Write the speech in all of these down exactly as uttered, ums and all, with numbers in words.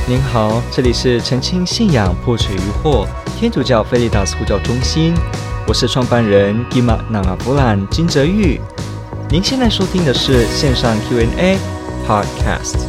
您好，这里是澄清信仰破除疑惑天主教菲利达斯呼叫中心，我是创办人吉玛纳阿布兰金哲玉。您现在收听的是线上 Q and A Podcast。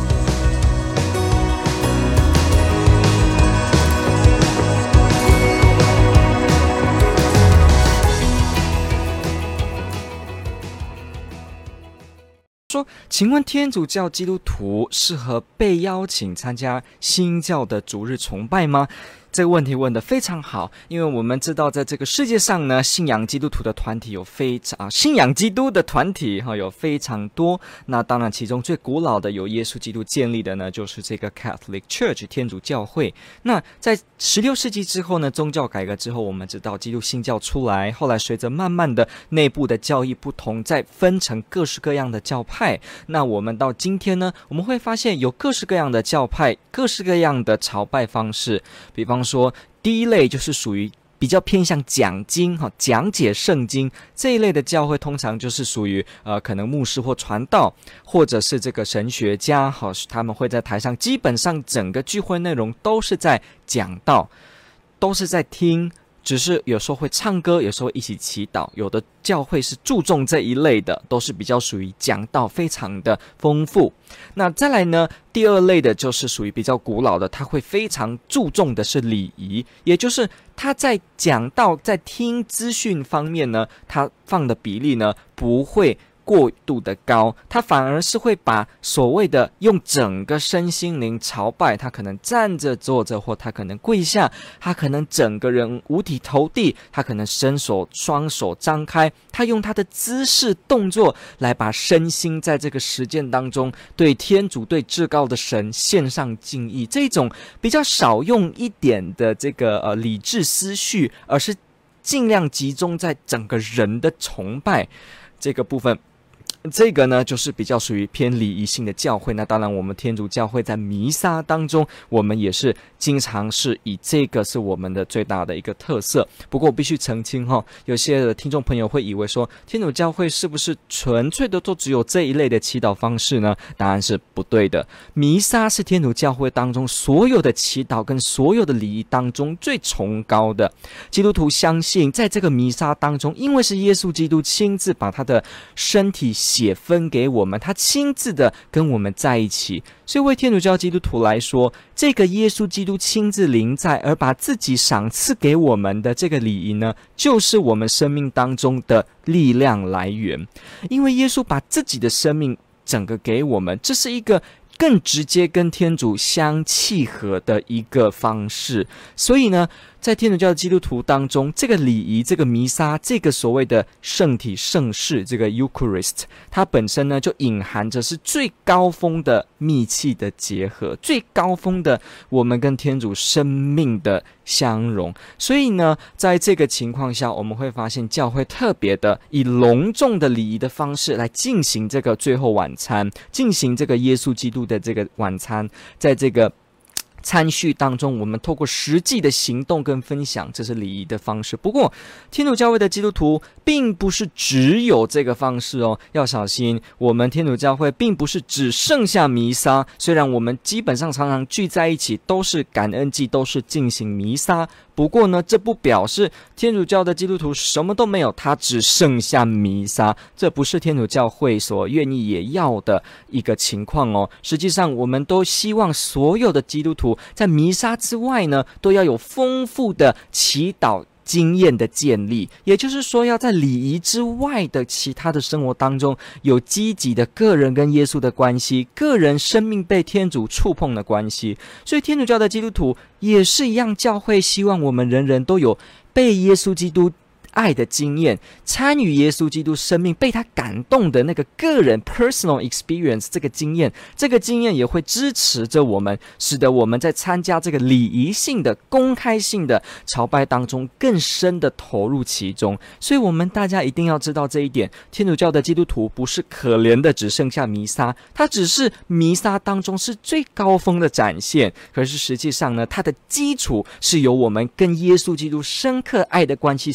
说，请问天主教基督徒适合被邀请参加新教的主日崇拜吗？这个问题问得非常好，因为我们知道在这个世界上呢，信仰基督徒的团体有非常、啊、信仰基督的团体、啊、有非常多。那当然其中最古老的由耶稣基督建立的呢，就是这个 Catholic Church 天主教会。那在十六世纪之后呢，宗教改革之后，我们知道基督新教出来，后来随着慢慢的内部的教义不同，再分成各式各样的教派。那我们到今天呢，我们会发现有各式各样的教派，各式各样的朝拜方式。比方说第一类就是属于比较偏向讲经、讲解圣经这一类的教会，通常就是属于呃可能牧师或传道，或者是这个神学家，他们会在台上，基本上整个聚会内容都是在讲道，都是在听，只是有时候会唱歌，有时候一起祈祷。有的教会是注重这一类的，都是比较属于讲道非常的丰富。那再来呢，第二类的就是属于比较古老的，他会非常注重的是礼仪，也就是他在讲道在听资讯方面呢，他放的比例呢不会过度的高，他反而是会把所谓的用整个身心灵朝拜，他可能站着坐着，或他可能跪下，他可能整个人五体投地，他可能伸手双手张开，他用他的姿势动作来把身心在这个实践当中对天主对至高的神献上敬意。这种比较少用一点的这个呃理智思绪，而是尽量集中在整个人的崇拜这个部分，这个呢就是比较属于偏礼仪性的教会。那当然我们天主教会在弥撒当中，我们也是经常是以这个是我们的最大的一个特色。不过我必须澄清哈，有些的听众朋友会以为说天主教会是不是纯粹的都只有这一类的祈祷方式呢？答案是不对的。弥撒是天主教会当中所有的祈祷跟所有的礼仪当中最崇高的。基督徒相信在这个弥撒当中，因为是耶稣基督亲自把他的身体血分给我们，他亲自的跟我们在一起，所以为天主教基督徒来说，这个耶稣基督亲自临在而把自己赏赐给我们的这个礼仪呢，就是我们生命当中的力量来源。因为耶稣把自己的生命整个给我们，这是一个更直接跟天主相契合的一个方式。所以呢，在天主教的基督徒当中，这个礼仪，这个弥撒，这个所谓的圣体圣事，这个 Eucharist， 它本身呢就隐含着是最高峰的密契的结合，最高峰的我们跟天主生命的相融。所以呢，在这个情况下，我们会发现教会特别的以隆重的礼仪的方式来进行这个最后晚餐，进行这个耶稣基督的这个晚餐，在这个参叙当中，我们透过实际的行动跟分享，这是礼仪的方式。不过天主教会的基督徒并不是只有这个方式哦，要小心，我们天主教会并不是只剩下弥撒。虽然我们基本上常常聚在一起，都是感恩祭，都是进行弥撒，不过呢，这不表示天主教的基督徒什么都没有，他只剩下弥撒，这不是天主教会所愿意也要的一个情况哦。实际上我们都希望所有的基督徒在弥撒之外呢，都要有丰富的祈祷经验的建立，也就是说要在礼仪之外的其他的生活当中有积极的个人跟耶稣的关系，个人生命被天主触碰的关系。所以天主教的基督徒也是一样，教会希望我们人人都有被耶稣基督爱的经验，参与耶稣基督生命被他感动的那个个人 personal experience， 这个经验这个经验也会支持着我们，使得我们在参加这个礼仪性的公开性的朝拜当中更深的投入其中。所以我们大家一定要知道这一点，天主教的基督徒不是可怜的只剩下弥撒，它只是弥撒当中是最高峰的展现，可是实际上呢，它的基础是由我们跟耶稣基督深刻爱的关系所撑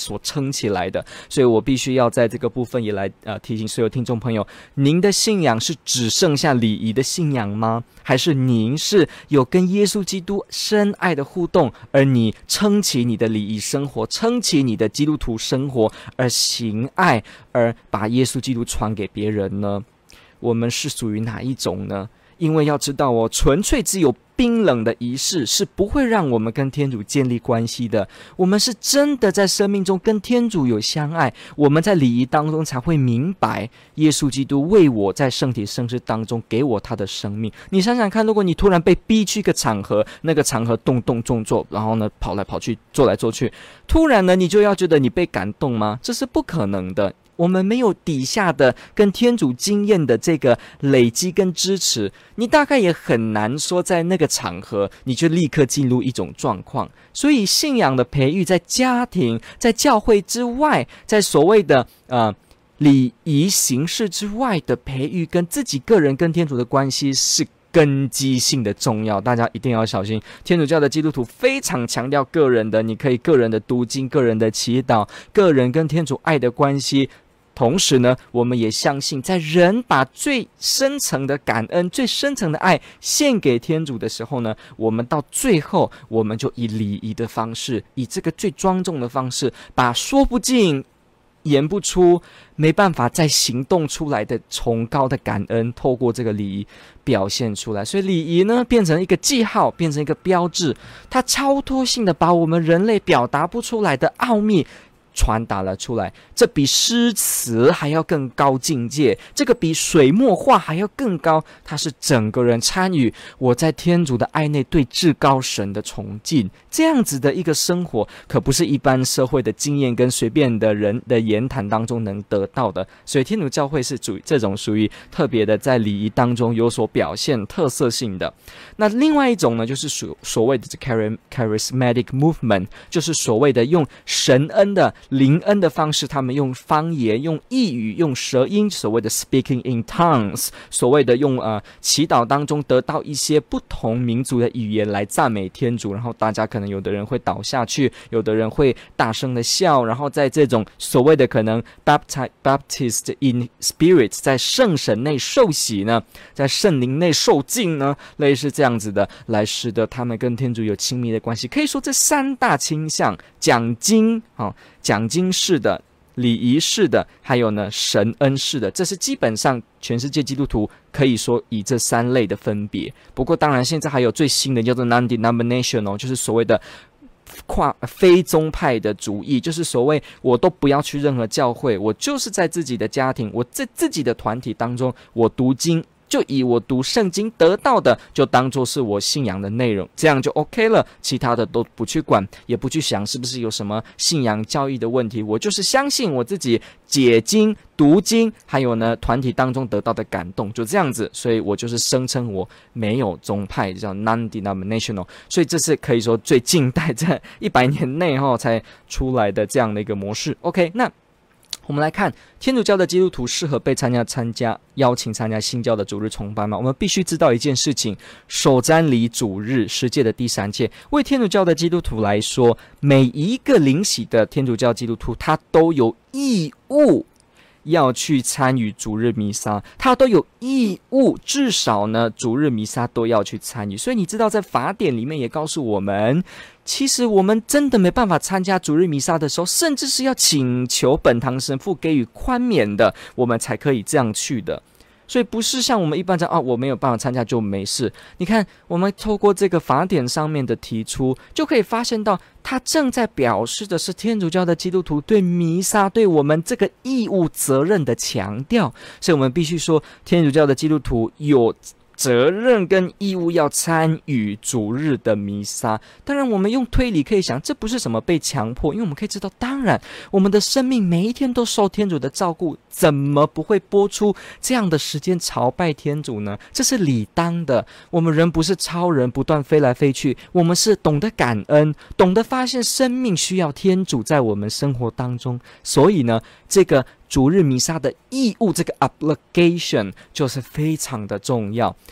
撑起来的。所以我必须要在这个部分也来呃提醒所有听众朋友，您的信仰是只剩下礼仪的信仰吗？还是您是有跟耶稣基督深爱的互动，而你撑起你的礼仪生活，撑起你的基督徒生活，而行爱，而把耶稣基督传给别人呢？我们是属于哪一种呢？因为要知道哦，纯粹只有冰冷的仪式是不会让我们跟天主建立关系的。我们是真的在生命中跟天主有相爱，我们在礼仪当中才会明白耶稣基督为我在圣体圣事当中给我他的生命。你想想看，如果你突然被逼去一个场合，那个场合动动动作，然后呢跑来跑去，做来做去，突然呢你就要觉得你被感动吗？这是不可能的。我们没有底下的跟天主经验的这个累积跟支持，你大概也很难说在那个场合你就立刻进入一种状况。所以信仰的培育在家庭，在教会之外，在所谓的呃礼仪形式之外的培育，跟自己个人跟天主的关系是根基性的重要，大家一定要小心。天主教的基督徒非常强调个人的，你可以个人的读经、个人的祈祷、个人跟天主爱的关系。同时呢，我们也相信，在人把最深层的感恩、最深层的爱献给天主的时候呢，我们到最后，我们就以礼仪的方式，以这个最庄重的方式，把说不尽、言不出、没办法再行动出来的崇高的感恩，透过这个礼仪表现出来。所以礼仪呢，变成一个记号，变成一个标志，它超脱性的把我们人类表达不出来的奥秘传达了出来，这比诗词还要更高境界，这个比水墨画还要更高，它是整个人参与我在天主的爱内对至高神的崇敬，这样子的一个生活可不是一般社会的经验跟随便的人的言谈当中能得到的。所以天主教会是属于这种属于特别的在礼仪当中有所表现特色性的。那另外一种呢，就是所所谓的 charismatic movement， 就是所谓的用神恩的灵恩的方式，他们用方言、用异语、用舌音，所谓的 speaking in tongues， 所谓的用呃祈祷当中得到一些不同民族的语言来赞美天主，然后大家可能有的人会倒下去，有的人会大声的笑，然后在这种所谓的可能 baptized baptized in spirit， 在圣神内受洗呢，在圣灵内受浸呢，类似这样子的，来使得他们跟天主有亲密的关系。可以说这三大倾向，讲经啊。讲经式的、礼仪式的，还有呢神恩式的，这是基本上全世界基督徒可以说以这三类的分别。不过当然现在还有最新的叫做 non-denominational， 就是所谓的跨非宗派的主义，就是所谓我都不要去任何教会，我就是在自己的家庭，我在自己的团体当中，我读经，就以我读圣经得到的就当作是我信仰的内容，这样就 OK 了，其他的都不去管，也不去想是不是有什么信仰教义的问题，我就是相信我自己解经、读经，还有呢团体当中得到的感动，就这样子。所以我就是声称我没有宗派，叫 non-denominational。所以这是可以说最近代在一百年内哈才出来的这样的一个模式。OK， 那我们来看天主教的基督徒适合被参加参加邀请参加新教的主日崇拜吗？我们必须知道一件事情，守瞻礼主日十诫的第三诫，为天主教的基督徒来说，每一个领洗的天主教基督徒他都有义务要去参与主日弥撒，他都有义务，至少呢主日弥撒都要去参与。所以你知道在法典里面也告诉我们，其实我们真的没办法参加主日弥撒的时候，甚至是要请求本堂神父给予宽免的，我们才可以这样去的。所以不是像我们一般讲啊，我没有办法参加就没事。你看，我们透过这个法典上面的提出，就可以发现到，它正在表示的是天主教的基督徒对弥撒、对我们这个义务责任的强调。所以我们必须说，天主教的基督徒有责任跟义务要参与主日的弥撒。当然我们用推理可以想，这不是什么被强迫，因为我们可以知道，当然我们的生命每一天都受天主的照顾，怎么不会播出这样的时间朝拜天主呢？这是理当的。我们人不是超人，不断飞来飞去，我们是懂得感恩，懂得发现生命需要天主在我们生活当中。所以呢，这个主日弥撒的义务，这个 obligation 就是非常的重要。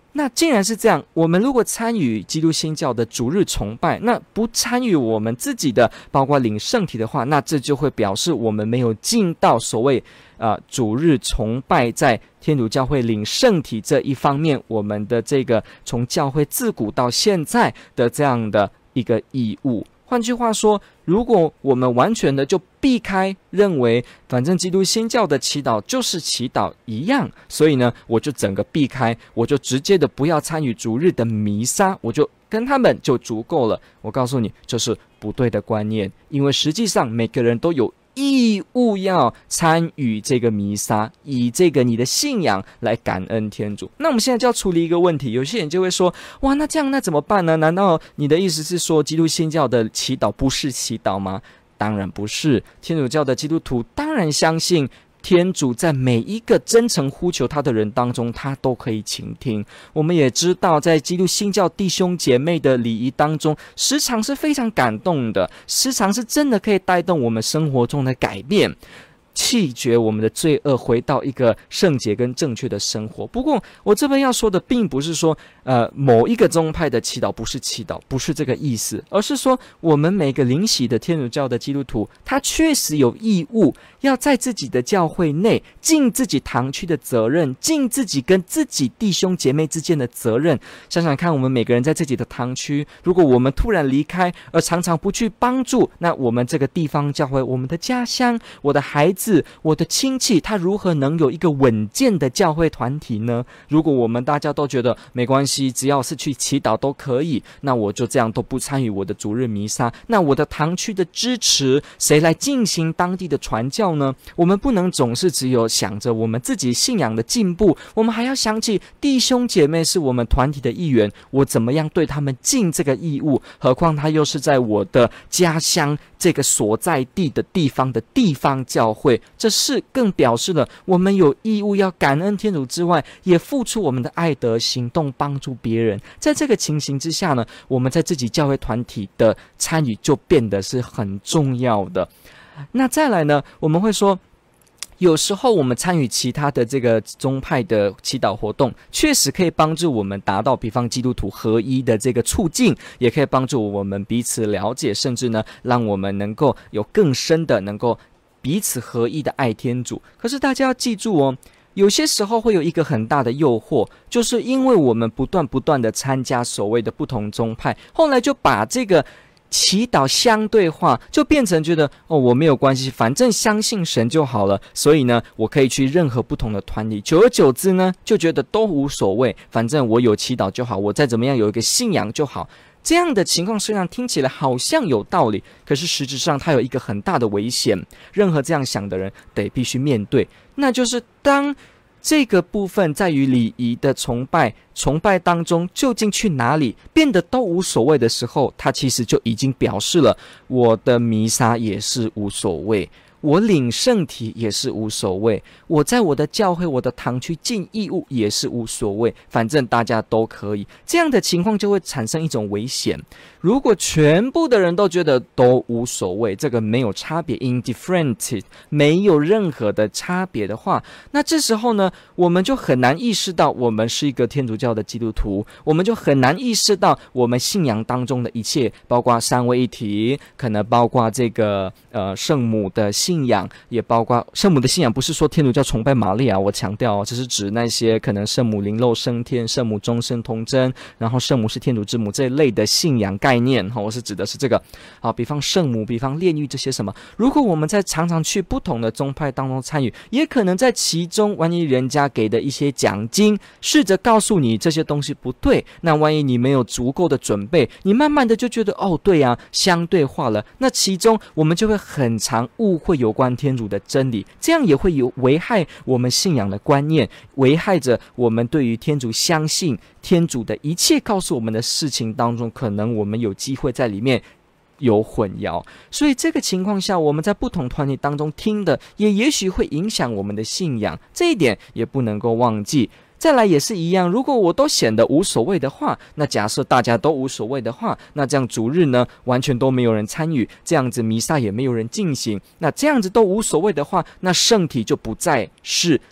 那既然是这样，我们如果参与基督新教的主日崇拜，那不参与我们自己的包括领圣体的话，那这就会表示我们没有尽到所谓呃主日崇拜在天主教会领圣体这一方面，我们的这个从教会自古到现在的这样的一个义务。换句话说，如果我们完全的就避开，认为反正基督新教的祈祷就是祈祷一样，所以呢，我就整个避开，我就直接的不要参与主日的弥撒，我就跟他们就足够了。我告诉你，这是不对的观念，因为实际上每个人都有义务要参与这个弥撒，以这个你的信仰来感恩天主。那我们现在就要处理一个问题，有些人就会说，哇，那这样那怎么办呢？难道你的意思是说基督新教的祈祷不是祈祷吗？当然不是，天主教的基督徒当然相信天主在每一个真诚呼求他的人当中，他都可以倾听。我们也知道，在基督新教弟兄姐妹的礼仪当中，时常是非常感动的，时常是真的可以带动我们生活中的改变，弃绝我们的罪恶，回到一个圣洁跟正确的生活。不过我这边要说的并不是说呃某一个宗派的祈祷不是祈祷，不是这个意思，而是说我们每个领洗的天主教的基督徒，他确实有义务要在自己的教会内尽自己堂区的责任，尽自己跟自己弟兄姐妹之间的责任。想想看，我们每个人在自己的堂区，如果我们突然离开，而常常不去帮助，那我们这个地方教会，我们的家乡，我的孩子，我的亲戚，他如何能有一个稳健的教会团体呢？如果我们大家都觉得没关系，只要是去祈祷都可以，那我就这样都不参与我的主日弥撒，那我的堂区的支持谁来进行当地的传教呢？我们不能总是只有想着我们自己信仰的进步，我们还要想起弟兄姐妹是我们团体的一员，我怎么样对他们尽这个义务？何况他又是在我的家乡这个所在地的地方的地方教会，这是更表示了我们有义务要感恩天主之外，也付出我们的爱德行动帮助别人。在这个情形之下呢，我们在自己教会团体的参与就变得是很重要的。那再来呢，我们会说有时候我们参与其他的这个宗派的祈祷活动，确实可以帮助我们达到比方基督徒合一的这个促进，也可以帮助我们彼此了解，甚至呢让我们能够有更深的能够彼此合一的爱天主。可是大家要记住哦，有些时候会有一个很大的诱惑，就是因为我们不断不断的参加所谓的不同宗派，后来就把这个祈祷相对化，就变成觉得哦，我没有关系，反正相信神就好了，所以呢我可以去任何不同的团体，久而久之呢就觉得都无所谓，反正我有祈祷就好，我再怎么样有一个信仰就好。这样的情况虽然听起来好像有道理，可是实质上它有一个很大的危险，任何这样想的人得必须面对，那就是当这个部分在于礼仪的崇拜崇拜当中究竟去哪里变得都无所谓的时候，它其实就已经表示了我的弥撒也是无所谓，我领圣体也是无所谓，我在我的教会我的堂区尽义务也是无所谓，反正大家都可以。这样的情况就会产生一种危险，如果全部的人都觉得都无所谓，这个没有差别 indifferent 没有任何的差别的话，那这时候呢我们就很难意识到我们是一个天主教的基督徒，我们就很难意识到我们信仰当中的一切，包括三位一体，可能包括这个呃圣母的信信仰，也包括圣母的信仰，不是说天主教崇拜玛利亚，我强调这是指那些可能圣母灵肉升天，圣母终身童真，然后圣母是天主之母这一类的信仰概念，我是指的是这个好，比方圣母，比方炼狱这些什么。如果我们在常常去不同的宗派当中参与，也可能在其中万一人家给的一些奖金试着告诉你这些东西不对，那万一你没有足够的准备，你慢慢的就觉得哦对啊，相对化了，那其中我们就会很常误会有关天主的真理，这样也会有危害我们信仰的观念，危害着我们对于天主相信天主的一切告诉我们的事情当中，可能我们有机会在里面有混淆。所以这个情况下，我们在不同团体当中听的也也许会影响我们的信仰，这一点也不能够忘记。再来也是一样，如果我都显得无所谓的话，那假设大家都无所谓的话，那这样主日呢完全都没有人参与，这样子弥撒也没有人进行，那这样子都无所谓的话，那圣体就不再是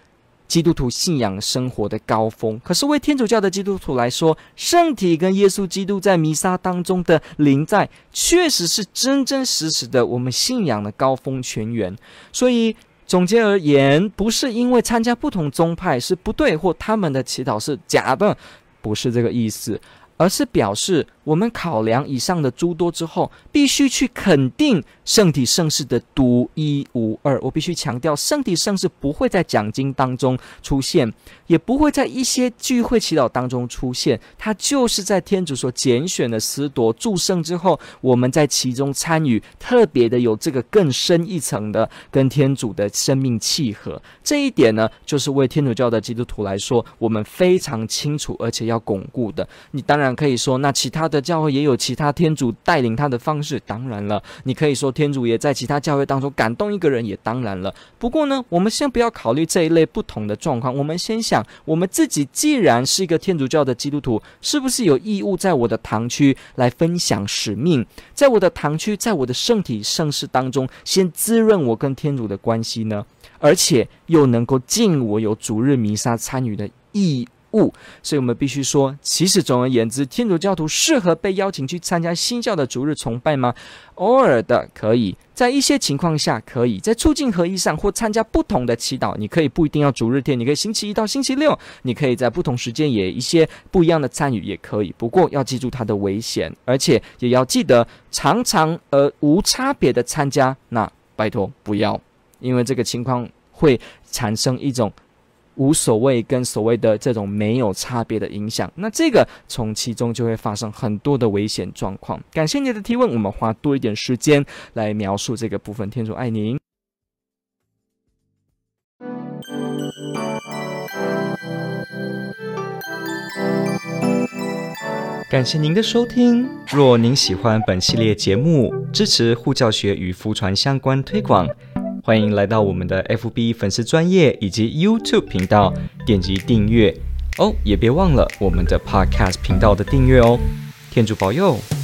基督徒信仰生活的高峰。可是为天主教的基督徒来说，圣体跟耶稣基督在弥撒当中的临在，确实是真真实实的我们信仰的高峰泉源。所以总结而言，不是因为参加不同宗派是不对，或他们的祈祷是假的，不是这个意思，而是表示我们考量以上的诸多之后，必须去肯定圣体圣事的独一无二。我必须强调，圣体圣事不会在讲经当中出现，也不会在一些聚会祈祷当中出现，它就是在天主所拣选的司铎祝圣之后，我们在其中参与，特别的有这个更深一层的跟天主的生命契合。这一点呢，就是为天主教的基督徒来说，我们非常清楚而且要巩固的。你当然可以说，那其他的教会也有其他天主带领他的方式，当然了，你可以说天主也在其他教会当中感动一个人，也当然了。不过呢，我们先不要考虑这一类不同的状况，我们先想我们自己既然是一个天主教的基督徒，是不是有义务在我的堂区来分享使命，在我的堂区，在我的圣体圣事当中，先滋润我跟天主的关系呢？而且又能够尽我有主日弥撒参与的义务。所以我们必须说，其实总而言之，天主教徒适合被邀请去参加新教的主日崇拜吗？偶尔的可以，在一些情况下可以，在促进合一上或参加不同的祈祷，你可以不一定要主日天，你可以星期一到星期六，你可以在不同时间也一些不一样的参与也可以。不过要记住它的危险，而且也要记得常常而无差别的参加，那拜托不要，因为这个情况会产生一种无所谓跟所谓的这种没有差别的影响，那这个从其中就会发生很多的危险状况。感谢你的提问，我们花多一点时间来描述这个部分。天主爱您。感谢您的收听。若您喜欢本系列节目，支持护教学与福传相关推广，欢迎来到我们的 F B 粉丝专页以及 YouTube 频道，点击订阅哦，也别忘了我们的 Podcast 频道的订阅哦。天主保佑。